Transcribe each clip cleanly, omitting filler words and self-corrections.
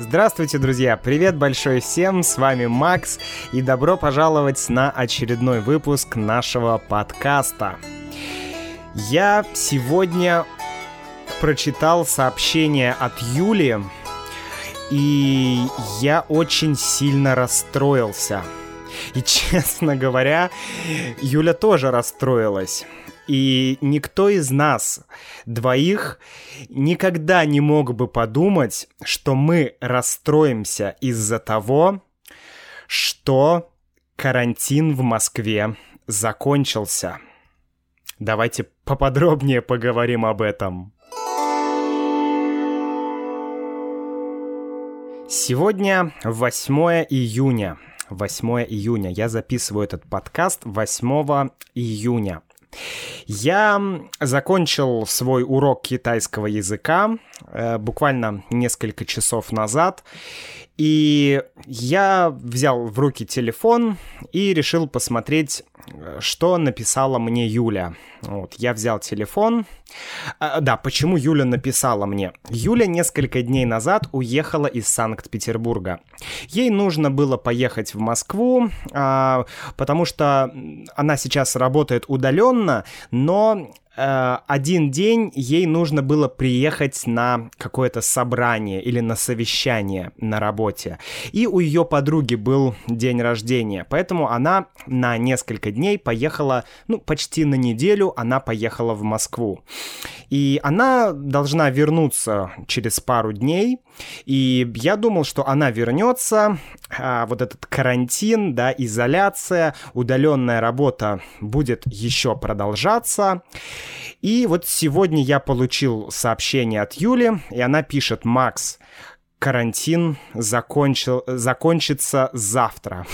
Здравствуйте, друзья! Привет большой всем! С вами Макс, и добро пожаловать на очередной выпуск нашего подкаста. Я сегодня прочитал сообщение от Юли, и я очень сильно расстроился. И, честно говоря, Юля тоже расстроилась. И никто из нас двоих никогда не мог бы подумать, что мы расстроимся из-за того, что карантин в Москве закончился. Давайте поподробнее поговорим об этом. Сегодня 8 июня. 8 июня. Я записываю этот подкаст 8 июня. Я закончил свой урок китайского языка буквально несколько часов назад, и я взял в руки телефон и решил посмотреть, что написала мне Юля. Вот, я взял телефон. Почему Юля написала мне? Юля несколько дней назад уехала из Санкт-Петербурга. Ей нужно было поехать в Москву, потому что она сейчас работает удаленно, но один день ей нужно было приехать на какое-то собрание или на совещание на работе. И у ее подруги был день рождения, поэтому она на несколько дней поехала, почти на неделю она поехала в Москву. И она должна вернуться через пару дней, и я думал, что она вернется, вот этот карантин, изоляция, удаленная работа будет еще продолжаться. И вот сегодня я получил сообщение от Юли, и она пишет: «Макс, карантин закончится завтра».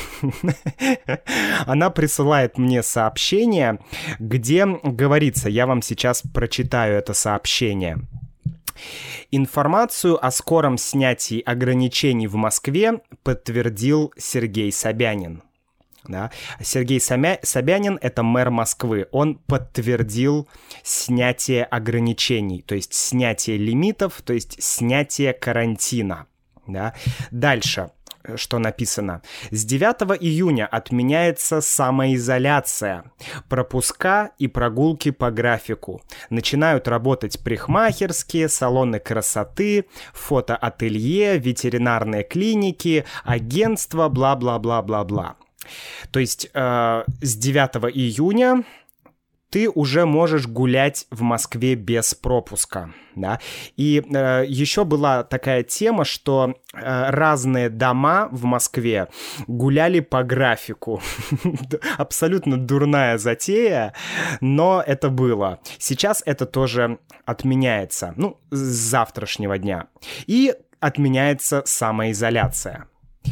Она присылает мне сообщение, где говорится, я вам сейчас прочитаю это сообщение. Информацию о скором снятии ограничений в Москве подтвердил Сергей Собянин. Да. Сергей Собянин — это мэр Москвы. Он подтвердил снятие ограничений, то есть снятие лимитов, то есть снятие карантина. Да. Дальше, что написано. С 9 июня отменяется самоизоляция, пропуска и прогулки по графику. Начинают работать парикмахерские, салоны красоты, фотоателье, ветеринарные клиники, агентства, бла-бла-бла-бла-бла. То есть с 9 июня ты уже можешь гулять в Москве без пропуска, да. И еще была такая тема, что разные дома в Москве гуляли по графику. Абсолютно дурная затея, но это было. Сейчас это тоже отменяется, с завтрашнего дня. И отменяется самоизоляция.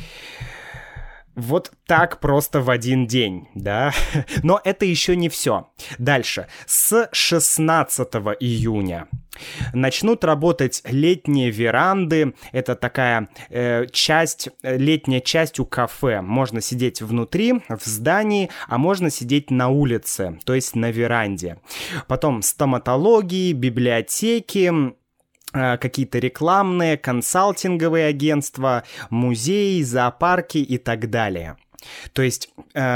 Вот так просто в один день, да? Но это еще не все. Дальше. С 16 июня начнут работать летние веранды. Это такая летняя часть у кафе. Можно сидеть внутри, в здании, а можно сидеть на улице, то есть на веранде. Потом стоматологии, библиотеки, какие-то рекламные, консалтинговые агентства, музеи, зоопарки и так далее. То есть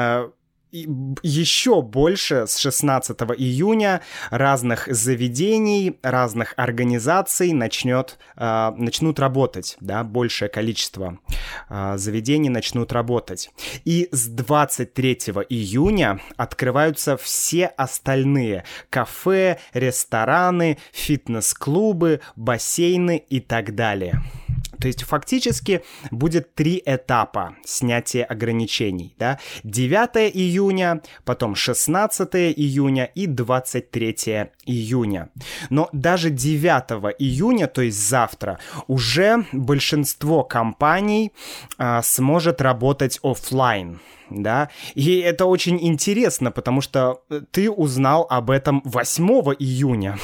еще больше с 16 июня разных заведений, разных организаций начнут работать, да, большее количество заведений начнут работать. И с 23 июня открываются все остальные кафе, рестораны, фитнес-клубы, бассейны и так далее. То есть фактически будет 3 этапа снятия ограничений, да? 9 июня, потом 16 июня и 23 июня. Но даже 9 июня, то есть завтра, уже большинство компаний сможет работать офлайн. Да, и это очень интересно, потому что ты узнал об этом 8 июня.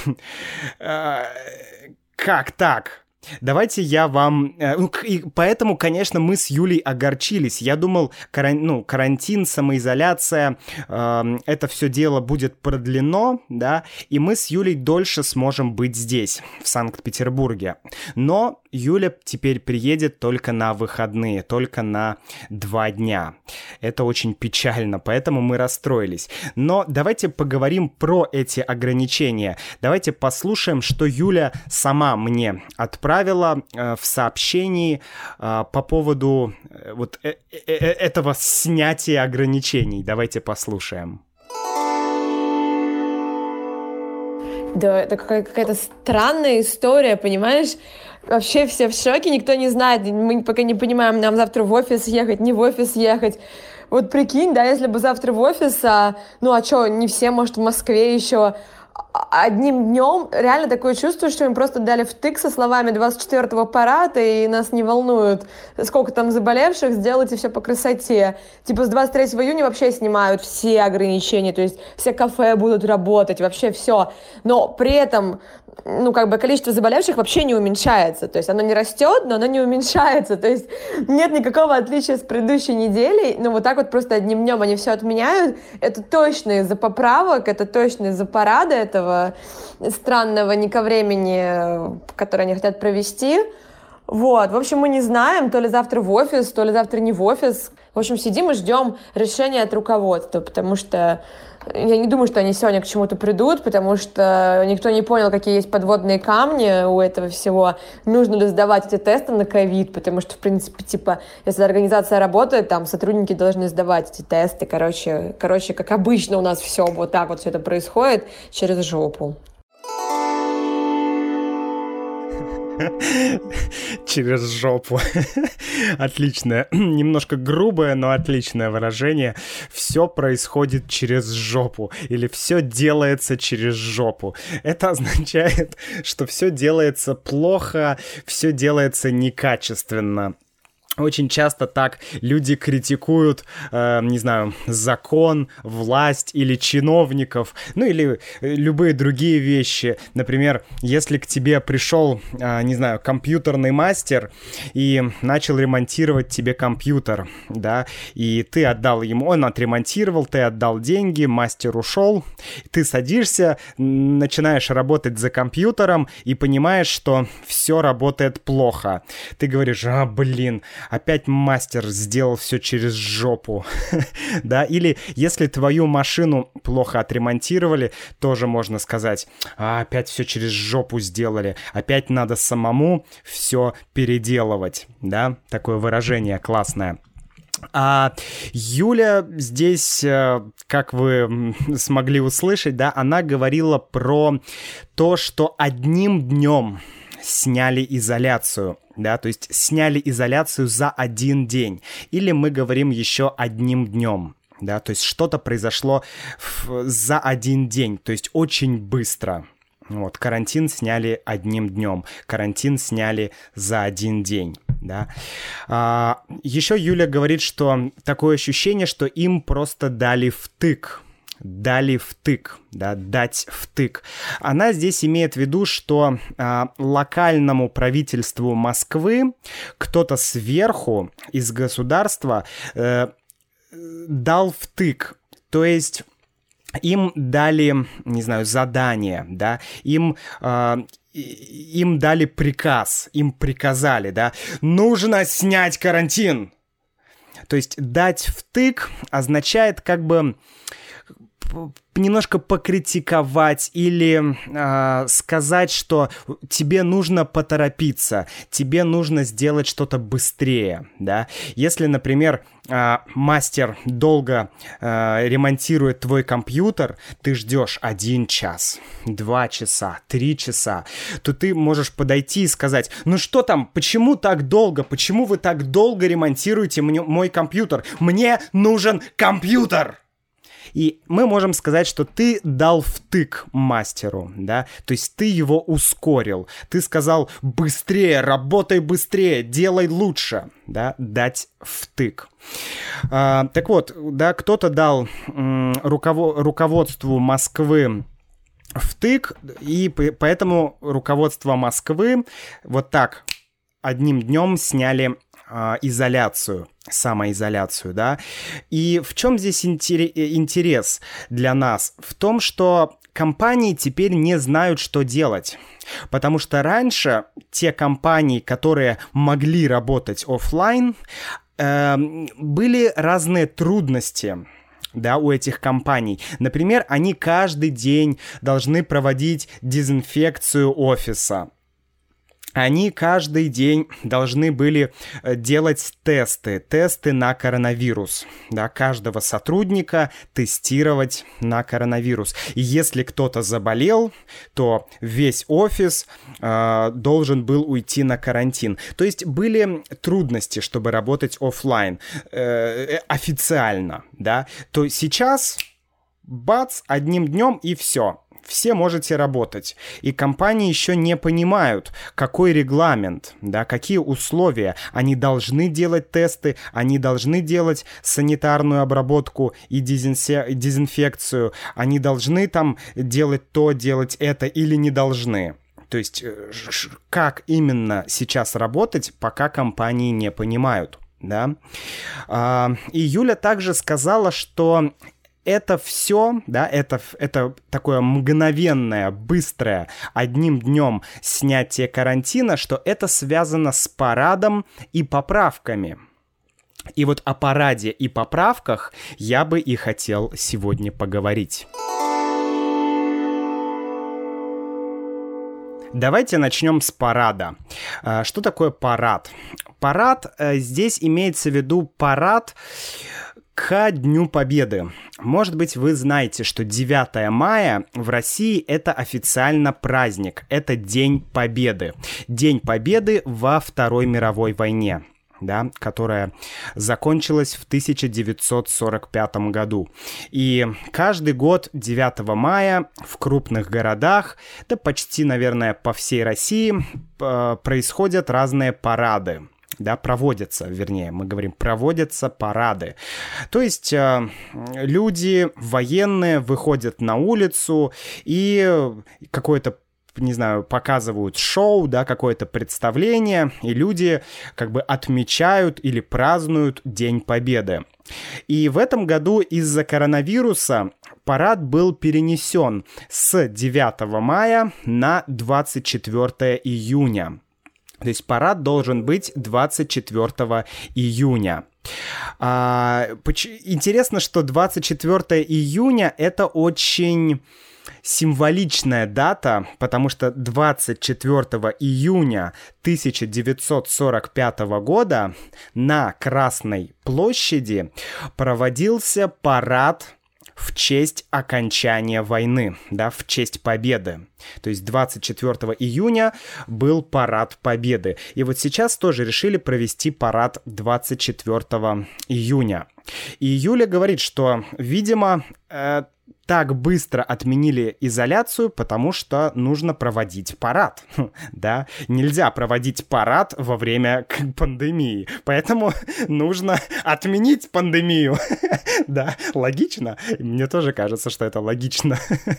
Как так? Давайте я вам... И поэтому, конечно, мы с Юлей огорчились. Я думал, карантин, самоизоляция, это все дело будет продлено, да, и мы с Юлей дольше сможем быть здесь, в Санкт-Петербурге. Но Юля теперь приедет только на выходные, только на 2 дня. Это очень печально, поэтому мы расстроились. Но давайте поговорим про эти ограничения. Давайте послушаем, что Юля сама мне отправила в сообщении по поводу вот этого снятия ограничений. Давайте послушаем. Да, это какая-то странная история, понимаешь? Вообще все в шоке, никто не знает, мы пока не понимаем, нам завтра в офис ехать, не в офис ехать. Вот прикинь, да, если бы завтра в офис, ну а что, не все, может, в Москве еще одним днем, реально такое чувство, что им просто дали втык со словами 24-го аппарата, и нас не волнует, сколько там заболевших, сделайте все по красоте. Типа с 23 июня вообще снимают все ограничения, то есть все кафе будут работать, вообще все. Но при этом, ну, как бы количество заболевших вообще не уменьшается, то есть оно не растет, но оно не уменьшается, то есть нет никакого отличия с предыдущей неделей, но вот так вот просто одним днем они все отменяют. Это точно из-за поправок, это точно из-за парада этого странного не ко времени, который они хотят провести. Вот, в общем, мы не знаем, то ли завтра в офис, то ли завтра не в офис. В общем, сидим и ждем решения от руководства, потому что я не думаю, что они сегодня к чему-то придут, потому что никто не понял, какие есть подводные камни у этого всего. Нужно ли сдавать эти тесты на ковид, потому что, в принципе, типа, если организация работает, там сотрудники должны сдавать эти тесты. Короче, как обычно у нас все вот так вот все это происходит через жопу. Через жопу. Отличное, немножко грубое, но отличное выражение. Все происходит через жопу. Или все делается через жопу. Это означает, что все делается плохо, все делается некачественно. Очень часто так люди критикуют, не знаю, закон, власть или чиновников, ну или любые другие вещи. Например, если к тебе пришел, не знаю, компьютерный мастер и начал ремонтировать тебе компьютер, да, и ты отдал ему, он отремонтировал, ты отдал деньги, мастер ушел, ты садишься, начинаешь работать за компьютером и понимаешь, что все работает плохо. Ты говоришь, блин, опять мастер сделал все через жопу, да, или если твою машину плохо отремонтировали, тоже можно сказать, опять все через жопу сделали, опять надо самому все переделывать, да, такое выражение классное. А Юля здесь, как вы смогли услышать, да, она говорила про то, что одним днем сняли изоляцию, да, то есть сняли изоляцию за 1 день, или мы говорим еще одним днем, да, то есть что-то произошло за 1 день, то есть очень быстро. Вот, карантин сняли 1 днем, карантин сняли за 1 день, да. Еще Юля говорит, что такое ощущение, что им просто дали втык, да, дать втык. Она здесь имеет в виду, что локальному правительству Москвы кто-то сверху из государства дал втык, то есть им дали, не знаю, задание, да, им дали приказ, им приказали, да, нужно снять карантин. То есть дать втык означает как бы немножко покритиковать или сказать, что тебе нужно поторопиться, тебе нужно сделать что-то быстрее, да. Если, например, мастер долго ремонтирует твой компьютер, ты ждешь 1 час, 2 часа, 3 часа, то ты можешь подойти и сказать, ну что там, почему так долго, почему вы так долго ремонтируете мой компьютер? Мне нужен компьютер! И мы можем сказать, что ты дал втык мастеру, да, то есть ты его ускорил, ты сказал быстрее, работай быстрее, делай лучше, да, дать втык. Так вот, да, кто-то дал руководству Москвы втык, и поэтому руководство Москвы вот так одним днем сняли изоляцию, самоизоляцию, да. И в чем здесь интерес для нас? В том, что компании теперь не знают, что делать. Потому что раньше те компании, которые могли работать офлайн, были разные трудности, да, у этих компаний. Например, они каждый день должны проводить дезинфекцию офиса. Они каждый день должны были делать тесты на коронавирус, да, каждого сотрудника тестировать на коронавирус. И если кто-то заболел, то весь офис должен был уйти на карантин. То есть были трудности, чтобы работать офлайн, официально, да. То сейчас, бац, одним днем и все. Все можете работать. И компании еще не понимают, какой регламент, да, какие условия. Они должны делать тесты, они должны делать санитарную обработку и дезинфекцию. Они должны там делать то, делать это или не должны. То есть как именно сейчас работать, пока компании не понимают. Да? И Юля также сказала, что это все, да, это такое мгновенное, быстрое, одним днем снятие карантина, что это связано с парадом и поправками. И вот о параде и поправках я бы и хотел сегодня поговорить. Давайте начнем с парада. Что такое парад? Парад, здесь имеется в виду парад к Дню Победы. Может быть, вы знаете, что 9 мая в России это официально праздник. Это День Победы. День Победы во Второй мировой войне, да, которая закончилась в 1945 году. И каждый год 9 мая в крупных городах, да почти, наверное, по всей России, происходят разные парады. Да, проводятся парады. То есть люди, военные, выходят на улицу и какое-то, не знаю, показывают шоу, да, какое-то представление, и люди как бы отмечают или празднуют День Победы. И в этом году из-за коронавируса парад был перенесен с 9 мая на 24 июня. То есть парад должен быть 24 июня. Интересно, что 24 июня — это очень символичная дата, потому что 24 июня 1945 года на Красной площади проводился парад в честь окончания войны, да, в честь победы. То есть 24 июня был парад победы. И вот сейчас тоже решили провести парад 24 июня. И Юля говорит, что, видимо, так быстро отменили изоляцию, потому что нужно проводить парад, да, нельзя проводить парад во время пандемии, поэтому нужно отменить пандемию, да, логично, мне тоже кажется, что это логично,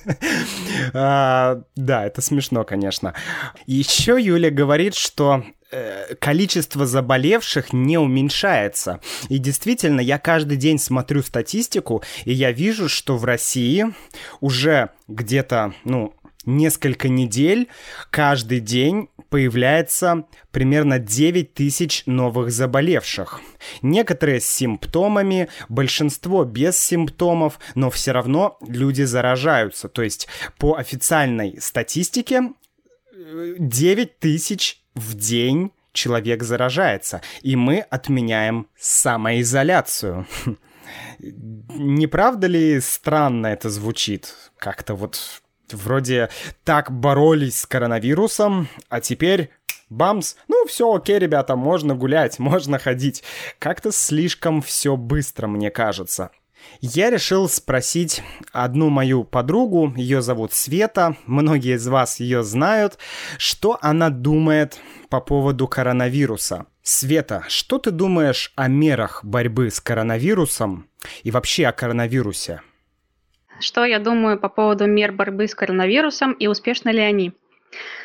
да, это смешно, конечно. Еще Юля говорит, что количество заболевших не уменьшается. И действительно, я каждый день смотрю статистику, и я вижу, что в России уже где-то, несколько недель каждый день появляется примерно 9 тысяч новых заболевших. Некоторые с симптомами, большинство без симптомов, но все равно люди заражаются. То есть по официальной статистике 9 тысяч в день человек заражается, и мы отменяем самоизоляцию. Не правда ли странно это звучит? Как-то вот вроде так боролись с коронавирусом, а теперь бамс, все окей, ребята, можно гулять, можно ходить. Как-то слишком все быстро, мне кажется. Я решил спросить одну мою подругу, ее зовут Света, многие из вас ее знают, что она думает по поводу коронавируса. Света, что ты думаешь о мерах борьбы с коронавирусом и вообще о коронавирусе? Что я думаю по поводу мер борьбы с коронавирусом и успешны ли они?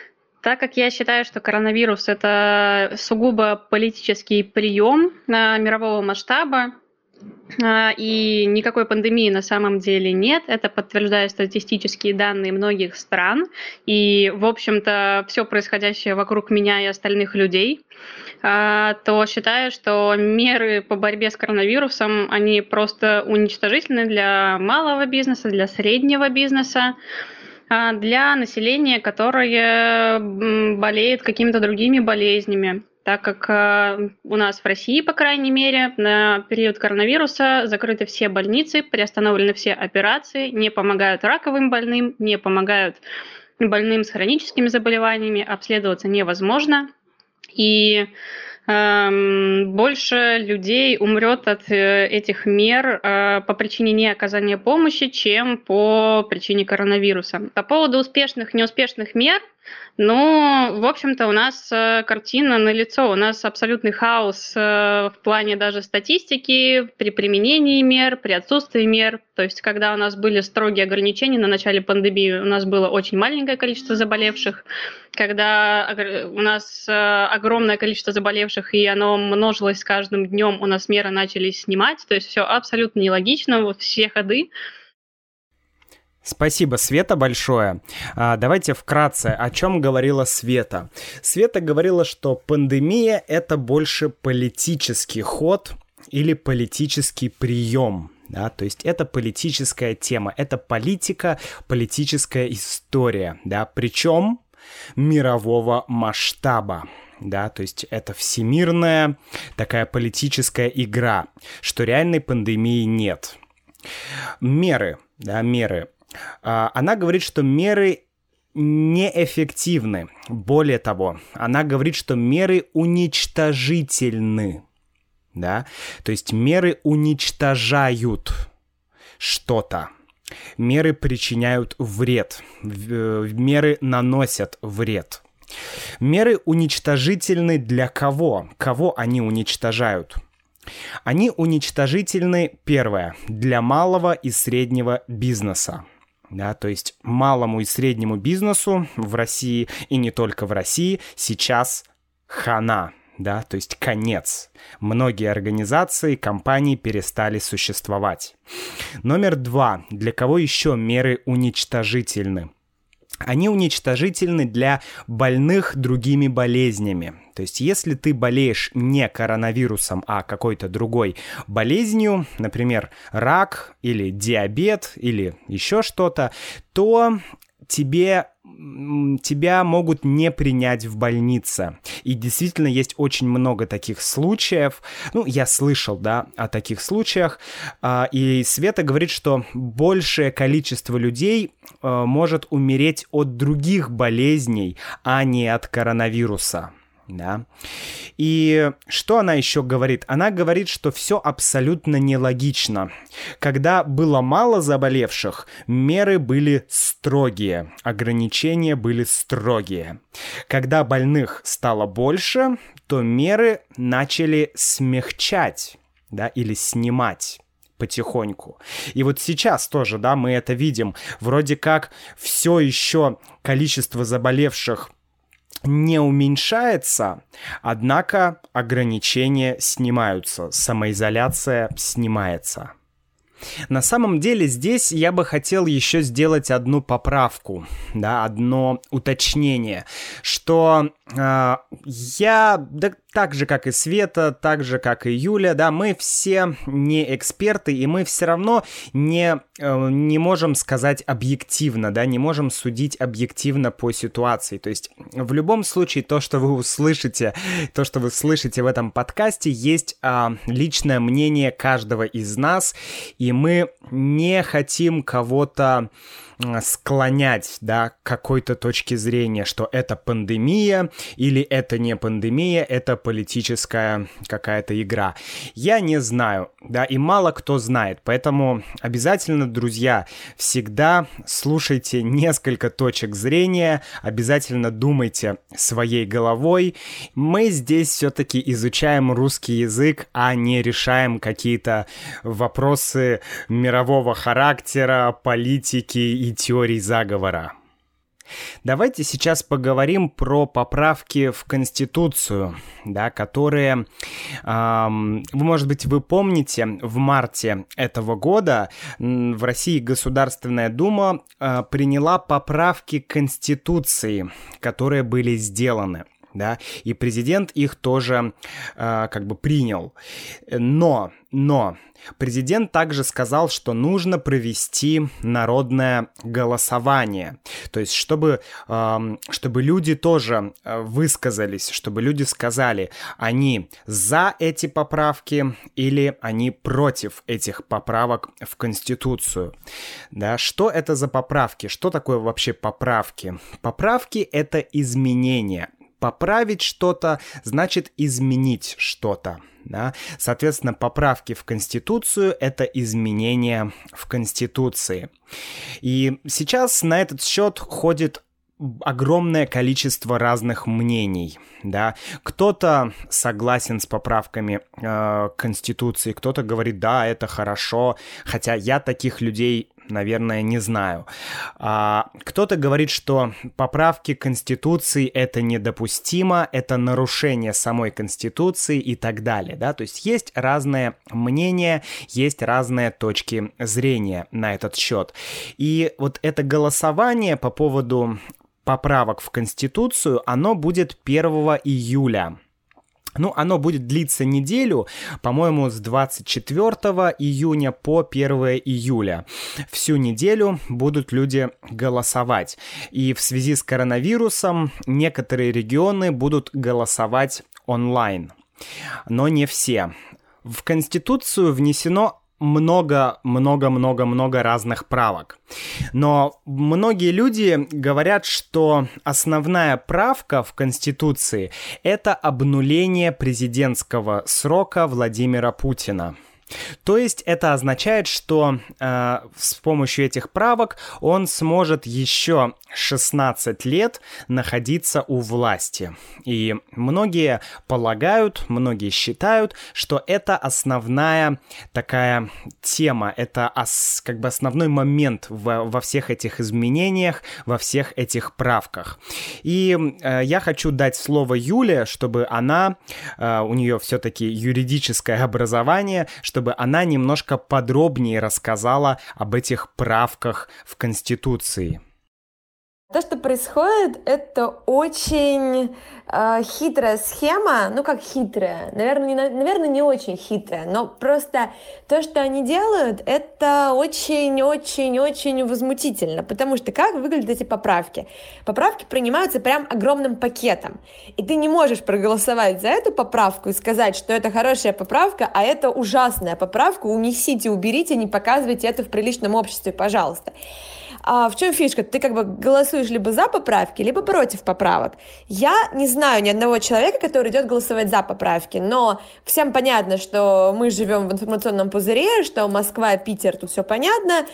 Так как я считаю, что коронавирус – это сугубо политический прием мирового масштаба, и никакой пандемии на самом деле нет. Это подтверждают статистические данные многих стран. И, в общем-то, все происходящее вокруг меня и остальных людей, то считаю, что меры по борьбе с коронавирусом, они просто уничтожительны для малого бизнеса, для среднего бизнеса, для населения, которое болеет какими-то другими болезнями. Так как у нас в России, по крайней мере, на период коронавируса закрыты все больницы, приостановлены все операции, не помогают раковым больным, не помогают больным с хроническими заболеваниями, обследоваться невозможно. И больше людей умрет от этих мер по причине неоказания помощи, чем по причине коронавируса. По поводу успешных, неуспешных мер, в общем-то, у нас картина налицо. У нас абсолютный хаос в плане даже статистики при применении мер, при отсутствии мер. То есть, когда у нас были строгие ограничения на начале пандемии, у нас было очень маленькое количество заболевших. Когда у нас огромное количество заболевших, и оно множилось с каждым днем, у нас меры начали снимать. То есть, все абсолютно нелогично, вот все ходы. Спасибо, Света, большое. Давайте вкратце, о чем говорила Света. Света говорила, что пандемия — это больше политический ход или политический прием. Да, то есть это политическая тема, это политика, политическая история, да, причем мирового масштаба. Да, то есть это всемирная такая политическая игра, что реальной пандемии нет. Меры. Она говорит, что меры неэффективны. Более того, она говорит, что меры уничтожительны. Да? То есть меры уничтожают что-то. Меры причиняют вред. Меры наносят вред. Меры уничтожительны для кого? Кого они уничтожают? Они уничтожительны, первое, для малого и среднего бизнеса. Да, то есть малому и среднему бизнесу в России, и не только в России, сейчас хана. Да, то есть конец. Многие организации, компании перестали существовать. Номер два. Для кого еще меры уничтожительны? Они уничтожительны для больных другими болезнями. То есть, если ты болеешь не коронавирусом, а какой-то другой болезнью, например, рак или диабет или еще что-то, то тебя могут не принять в больнице. И действительно есть очень много таких случаев. Я слышал, да, о таких случаях. И Света говорит, что большее количество людей может умереть от других болезней, а не от коронавируса. Да. И что она еще говорит? Она говорит, что все абсолютно нелогично. Когда было мало заболевших, меры были строгие, ограничения были строгие. Когда больных стало больше, то меры начали смягчать, да, или снимать потихоньку. И вот сейчас тоже, да, мы это видим. Вроде как все еще количество заболевших не уменьшается, однако ограничения снимаются, самоизоляция снимается. На самом деле здесь я бы хотел еще сделать одну поправку, да, одно уточнение, что я, да, так же, как и Света, так же, как и Юля, да, мы все не эксперты, и мы все равно не можем сказать объективно, да, не можем судить объективно по ситуации. То есть в любом случае то, что вы слышите в этом подкасте, есть личное мнение каждого из нас, и мы не хотим кого-то склонять, да, к какой-то точке зрения, что это пандемия или это не пандемия, это политическая какая-то игра. Я не знаю, да, и мало кто знает, поэтому обязательно, друзья, всегда слушайте несколько точек зрения, обязательно думайте своей головой. Мы здесь все-таки изучаем русский язык, а не решаем какие-то вопросы мирового характера, политики и теорий заговора. Давайте сейчас поговорим про поправки в Конституцию, да, которые, может быть, вы помните, в марте этого года в России Государственная Дума приняла поправки к Конституции, которые были сделаны. Да, и президент их тоже принял. Но президент также сказал, что нужно провести народное голосование. То есть, чтобы люди тоже высказались, чтобы люди сказали, они за эти поправки или они против этих поправок в Конституцию. Да, что это за поправки? Что такое вообще поправки? Поправки — это изменения. Поправить что-то значит изменить что-то. Да? Соответственно, поправки в Конституцию — это изменения в Конституции. И сейчас на этот счет ходит огромное количество разных мнений. Да? Кто-то согласен с поправками Конституции, кто-то говорит, да, это хорошо, хотя я таких людей, наверное, не знаю. Кто-то говорит, что поправки к Конституции — это недопустимо, это нарушение самой Конституции и так далее. Да? То есть есть разные мнения, есть разные точки зрения на этот счет. И вот это голосование по поводу поправок в Конституцию, оно будет 1 июля. Оно будет длиться неделю, по-моему, с 24 июня по 1 июля. Всю неделю будут люди голосовать. И в связи с коронавирусом некоторые регионы будут голосовать онлайн. Но не все. В Конституцию внесено много разных правок. Но многие люди говорят, что основная правка в Конституции — это обнуление президентского срока Владимира Путина. То есть это означает, что с помощью этих правок он сможет еще 16 лет находиться у власти. И многие полагают, многие считают, что это основная такая тема, это основной момент во всех этих изменениях, во всех этих правках. И я хочу дать слово Юле, чтобы она, у нее все-таки юридическое образование, чтобы она немножко подробнее рассказала об этих правках в Конституции. То, что происходит, это очень хитрая схема, как хитрая, наверное, не очень хитрая, но просто то, что они делают, это очень-очень-очень возмутительно, потому что как выглядят эти поправки? Поправки принимаются прям огромным пакетом, и ты не можешь проголосовать за эту поправку и сказать, что это хорошая поправка, а это ужасная поправка, унесите, уберите, не показывайте это в приличном обществе, пожалуйста. А в чем фишка? Ты голосуешь либо за поправки, либо против поправок. Я не знаю ни одного человека, который идет голосовать за поправки, но всем понятно, что мы живем в информационном пузыре, что Москва, Питер, тут все понятно.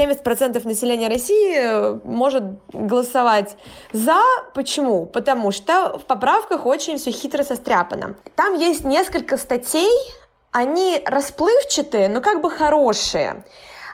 70% населения России может голосовать за. Почему? Потому что в поправках очень все хитро состряпано. Там есть несколько статей, они расплывчатые, но хорошие.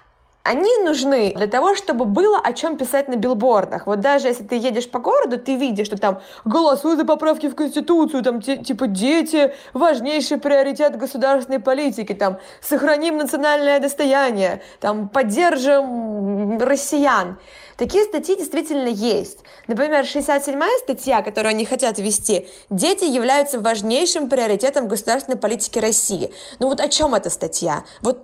Они нужны для того, чтобы было о чем писать на билбордах. Вот даже если ты едешь по городу, ты видишь, что там голосуй за поправки в Конституцию, там дети — важнейший приоритет государственной политики, там сохраним национальное достояние, там поддержим россиян. Такие статьи действительно есть. Например, 67-я статья, которую они хотят ввести, дети являются важнейшим приоритетом государственной политики России. О чем эта статья?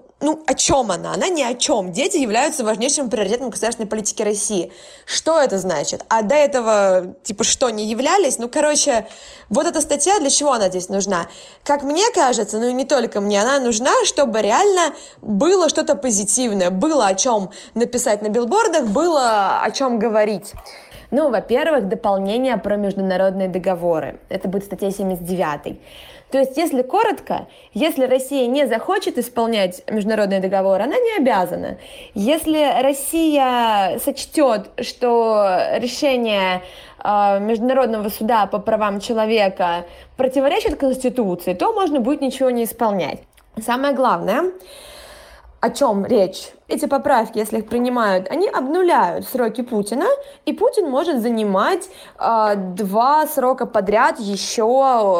О чем она? Она ни о чем. Дети являются важнейшим приоритетом государственной политики России. Что это значит? А до этого, что, не являлись? Вот эта статья, для чего она здесь нужна? Как мне кажется, и не только мне, она нужна, чтобы реально было что-то позитивное, было о чем написать на билбордах, было о чем говорить. Во-первых, дополнение про международные договоры. Это будет статья 79. То есть, если коротко, если Россия не захочет исполнять международные договоры, она не обязана. Если Россия сочтет, что решение Международного суда по правам человека противоречит Конституции, то можно будет ничего не исполнять. Самое главное, О чем речь? Эти поправки, если их принимают, они обнуляют сроки Путина, и Путин может занимать 2 срока подряд еще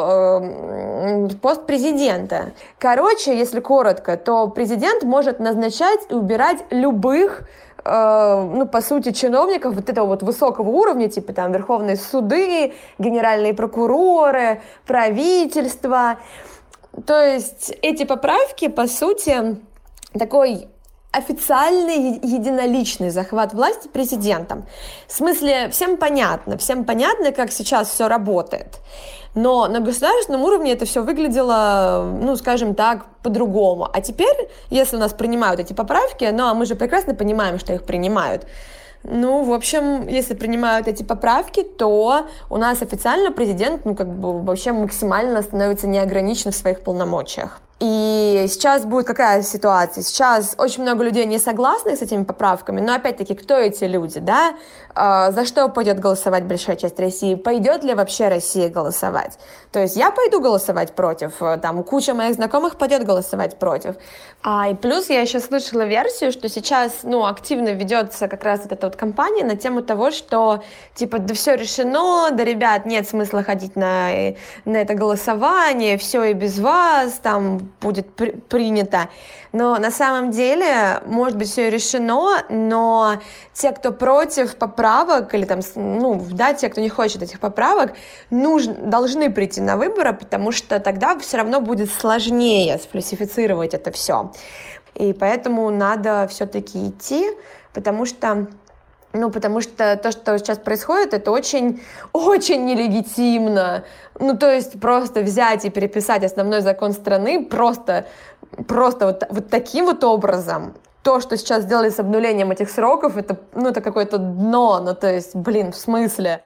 пост президента. Короче, если коротко, то президент может назначать и убирать любых, по сути, чиновников вот этого вот высокого уровня, типа там верховные суды, генеральные прокуроры, правительство. То есть эти поправки, по сути, такой официальный единоличный захват власти президентом. В смысле, всем понятно, как сейчас все работает. Но на государственном уровне это все выглядело, скажем так, по-другому. А теперь, если у нас принимают эти поправки, а мы же прекрасно понимаем, что их принимают, в общем, если принимают эти поправки, то у нас официально президент, вообще максимально становится неограничен в своих полномочиях. И сейчас будет какая ситуация? Сейчас очень много людей не согласны с этими поправками, но опять-таки, кто эти люди, да? За что пойдет голосовать большая часть России? Пойдет ли вообще Россия голосовать? То есть я пойду голосовать против, там куча моих знакомых пойдет голосовать против. И плюс я еще слышала версию, что сейчас, активно ведется как раз вот эта вот кампания на тему того, что, да все решено, да, ребят, нет смысла ходить на это голосование, все и без вас, там будет принято. Но на самом деле, может быть, все решено, но те, кто против поправок, или там, те, кто не хочет этих поправок, должны прийти на выборы, потому что тогда все равно будет сложнее сфальсифицировать это все. И поэтому надо все-таки идти, потому что то, что сейчас происходит, это очень, очень нелегитимно. То есть просто взять и переписать основной закон страны просто вот таким вот образом. То, что сейчас сделали с обнулением этих сроков, это какое-то дно. То есть, в смысле?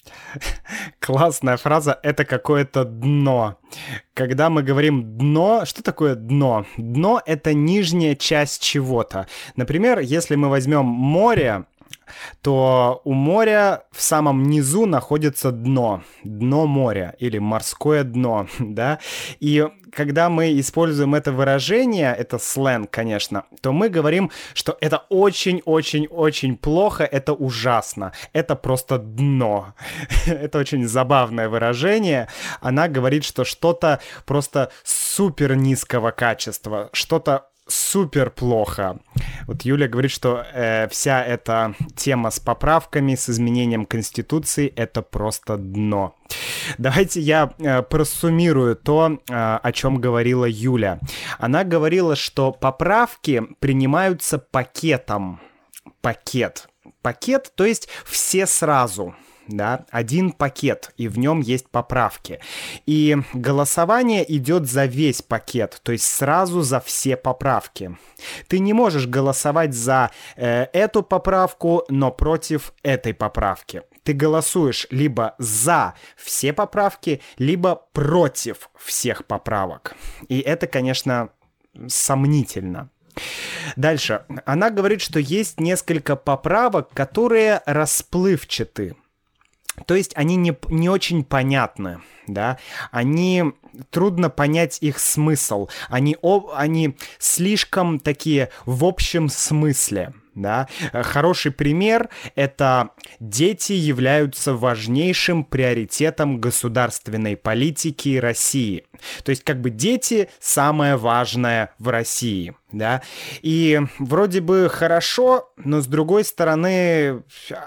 Классная фраза «это какое-то дно». Когда мы говорим «дно», что такое дно? Дно — это нижняя часть чего-то. Например, если мы возьмем море, то у моря в самом низу находится дно моря или морское дно, да, и когда мы используем это выражение, это сленг, конечно, то мы говорим, что это очень-очень-очень плохо, это ужасно, это просто дно. Это очень забавное выражение. Она говорит, что что-то просто супер низкого качества, что-то супер плохо. Вот Юля говорит, что вся эта тема с поправками, с изменением Конституции — это просто дно. Давайте я просуммирую то, о чем говорила Юля. Она говорила, что поправки принимаются пакетом. Пакет, то есть все сразу. Да, один пакет, и в нем есть поправки. И голосование идет за весь пакет, то есть сразу за все поправки. Ты не можешь голосовать за эту поправку, но против этой поправки. Ты голосуешь либо за все поправки, либо против всех поправок. И это, конечно, сомнительно. Дальше. Она говорит, что есть несколько поправок, которые расплывчаты. То есть они не очень понятны, да, трудно понять их смысл, они слишком такие в общем смысле, да. Хороший пример — это дети являются важнейшим приоритетом государственной политики России. То есть дети самое важное в России, да. И вроде бы хорошо, но с другой стороны,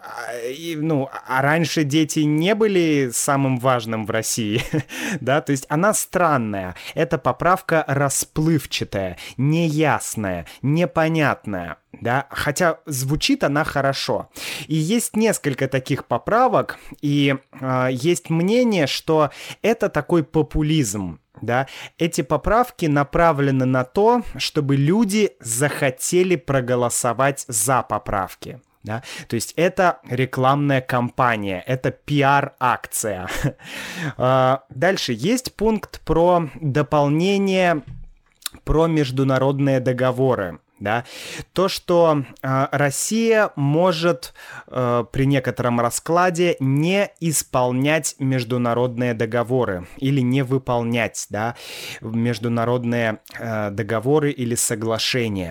раньше дети не были самым важным в России, да, то есть она странная. Эта поправка расплывчатая, неясная, непонятная, да, хотя звучит она хорошо. И есть несколько таких поправок, и есть мнение, что это такой популизм. Да, эти поправки направлены на то, чтобы люди захотели проголосовать за поправки. Да? То есть это рекламная кампания, это пиар-акция. Дальше есть пункт про дополнение про международные договоры. Да? То, что Россия может при некотором раскладе не исполнять международные договоры или не выполнять, да, международные договоры или соглашения.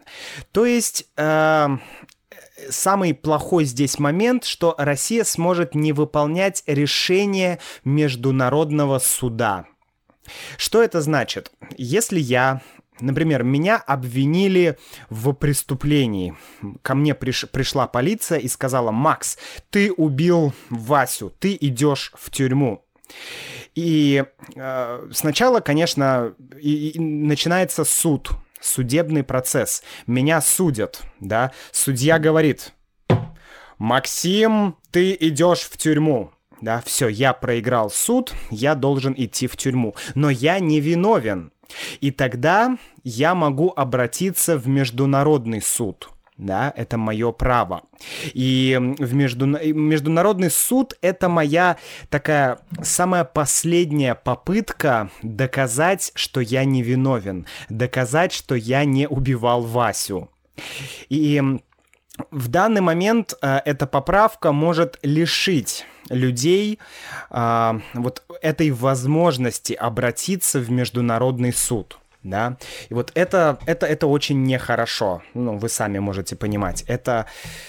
То есть самый плохой здесь момент, что Россия сможет не выполнять решение Международного суда. Что это значит? Если например, меня обвинили в преступлении. Ко мне пришла полиция и сказала: «Макс, ты убил Васю, ты идешь в тюрьму». И сначала, конечно, начинается суд, судебный процесс. Меня судят, да. Судья говорит: «Максим, ты идешь в тюрьму». Да, все, я проиграл суд, я должен идти в тюрьму. Но я не виновен. И тогда я могу обратиться в международный суд. Да, это мое право. И международный суд — это моя такая самая последняя попытка доказать, что я не виновен, доказать, что я не убивал Васю. И в данный момент эта поправка может лишить людей вот этой возможности обратиться в международный суд. Да? И вот это очень нехорошо. Ну, вы сами можете понимать. Это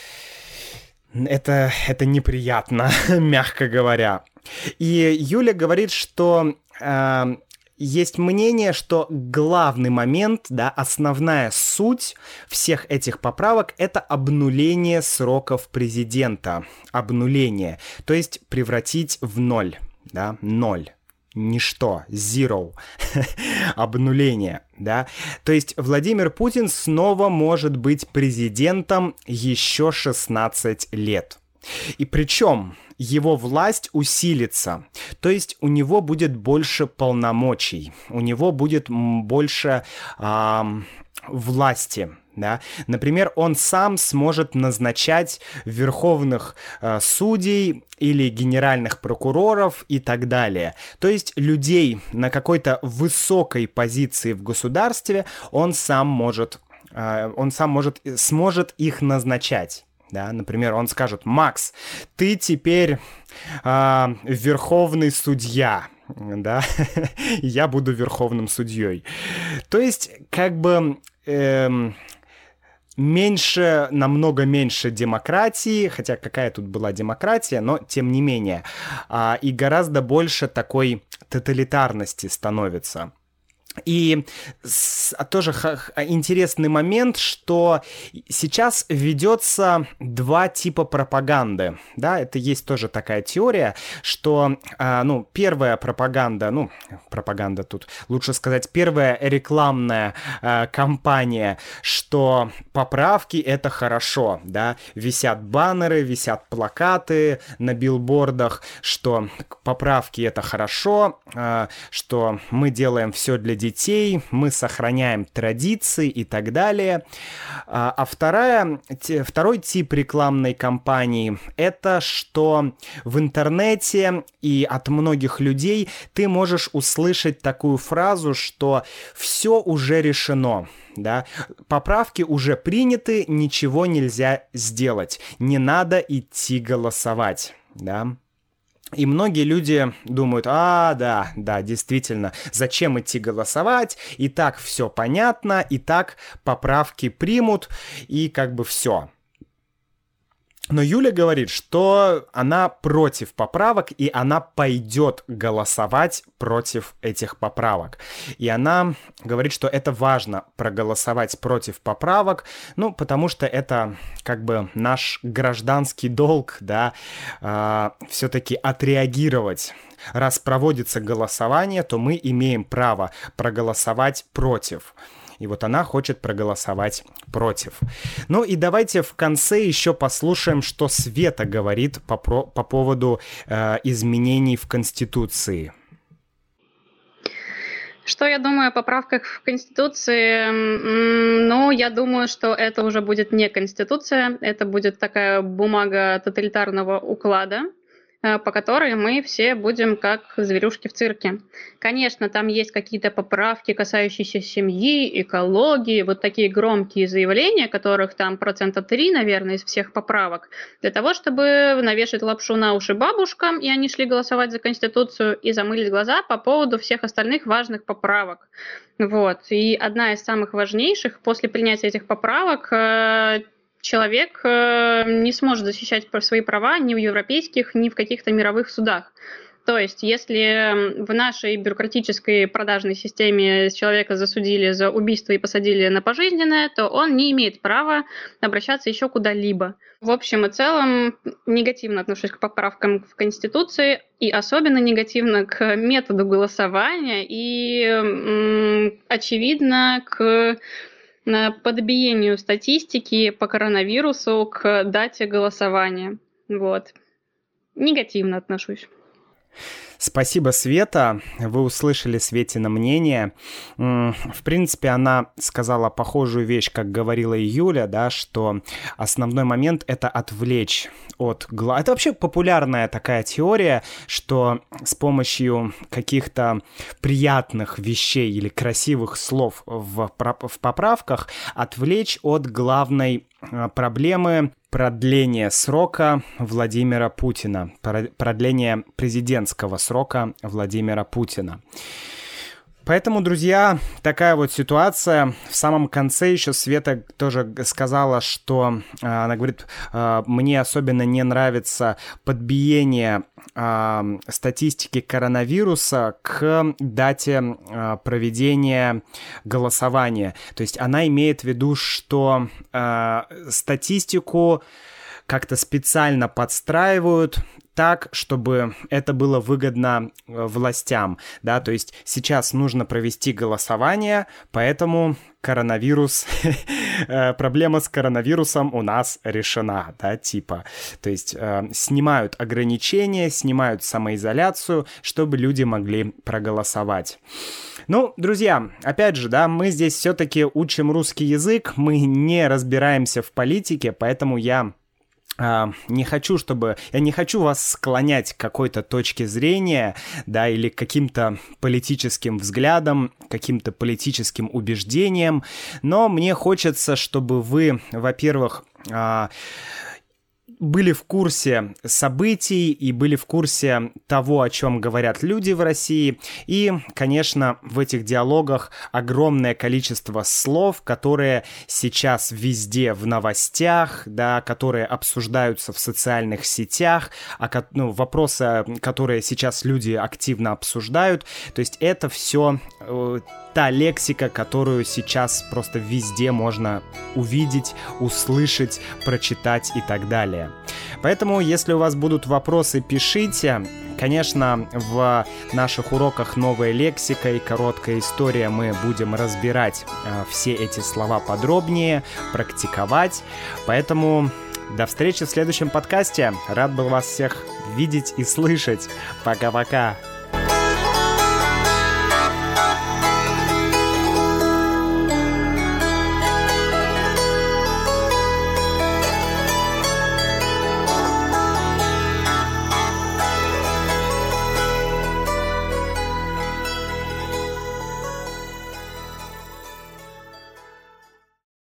неприятно, мягко говоря. И Юля говорит, что есть мнение, что главный момент, да, основная суть всех этих поправок — это обнуление сроков президента. Обнуление. То есть превратить в ноль. Да? Ноль. Ничто, zero, обнуление, да. То есть Владимир Путин снова может быть президентом еще 16 лет. И причем его власть усилится, то есть у него будет больше полномочий, у него будет больше власти. Да? Например, он сам сможет назначать верховных судей или генеральных прокуроров и так далее. То есть людей на какой-то высокой позиции в государстве он сможет их назначать. Да? Например, он скажет: «Макс, ты теперь верховный судья». Да? Я буду верховным судьей. То есть, как бы... намного меньше демократии, хотя какая тут была демократия, но тем не менее, и гораздо больше такой тоталитарности становится. И тоже интересный момент, что сейчас ведется два типа пропаганды, да, это есть тоже такая теория, что, первая пропаганда, пропаганда тут, лучше сказать, первая рекламная кампания, что поправки — это хорошо, да, висят баннеры, висят плакаты на билбордах, что поправки — это хорошо, что мы делаем все для детей, мы сохраняем традиции и так далее. А второй тип рекламной кампании — это что в интернете и от многих людей ты можешь услышать такую фразу, что все уже решено. Да? Поправки уже приняты, ничего нельзя сделать, не надо идти голосовать. Да? И многие люди думают: да, действительно, зачем идти голосовать, и так все понятно, и так поправки примут, и как бы все. Но Юля говорит, что она против поправок, и она пойдет голосовать против этих поправок. И она говорит, что это важно проголосовать против поправок, потому что это как бы наш гражданский долг, да, все-таки отреагировать. Раз проводится голосование, то мы имеем право проголосовать против. И вот она хочет проголосовать против. И давайте в конце еще послушаем, что Света говорит по поводу изменений в Конституции. Что я думаю о поправках в Конституции? Я думаю, что это уже будет не Конституция, это будет такая бумага тоталитарного уклада, по которой мы все будем как зверюшки в цирке. Конечно, там есть какие-то поправки, касающиеся семьи, экологии, вот такие громкие заявления, которых там 3%, наверное, из всех поправок, для того, чтобы навешать лапшу на уши бабушкам, и они шли голосовать за Конституцию, и замылить глаза по поводу всех остальных важных поправок. Вот. И одна из самых важнейших, после принятия этих поправок, человек не сможет защищать свои права ни в европейских, ни в каких-то мировых судах. То есть, если в нашей бюрократической продажной системе человека засудили за убийство и посадили на пожизненное, то он не имеет права обращаться еще куда-либо. В общем и целом, негативно отношусь к поправкам в Конституции, и особенно негативно к методу голосования, и, очевидно, к подбиению статистики по коронавирусу к дате голосования. Вот. Негативно отношусь. Спасибо, Света. Вы услышали Светино мнение. В принципе, она сказала похожую вещь, как говорила и Юля, да, что основной момент — это отвлечь от глаз. Это вообще популярная такая теория, что с помощью каких-то приятных вещей или красивых слов в поправках отвлечь от главной проблемы продления срока Владимира Путина, продления президентского срока Владимира Путина. Поэтому, друзья, такая вот ситуация. В самом конце еще Света тоже сказала, что она говорит, мне особенно не нравится подбиение статистики коронавируса к дате проведения голосования. То есть она имеет в виду, что статистику как-то специально подстраивают так, чтобы это было выгодно властям, да, то есть сейчас нужно провести голосование, поэтому коронавирус, проблема с коронавирусом у нас решена, да, типа, то есть снимают ограничения, снимают самоизоляцию, чтобы люди могли проголосовать. Ну, друзья, опять же, да, мы здесь все-таки учим русский язык, мы не разбираемся в политике, поэтому я не хочу вас склонять к какой-то точке зрения, да, или к каким-то политическим взглядам, каким-то политическим убеждениям, но мне хочется, чтобы вы, во-первых, были в курсе событий и были в курсе того, о чем говорят люди в России. И, конечно, в этих диалогах огромное количество слов, которые сейчас везде в новостях, да, которые обсуждаются в социальных сетях, вопросы, которые сейчас люди активно обсуждают. То есть это все та лексика, которую сейчас просто везде можно увидеть, услышать, прочитать и так далее. Поэтому, если у вас будут вопросы, пишите. Конечно, в наших уроках «Новая лексика» и «Короткая история» мы будем разбирать все эти слова подробнее, практиковать. Поэтому до встречи в следующем подкасте. Рад был вас всех видеть и слышать. Пока-пока.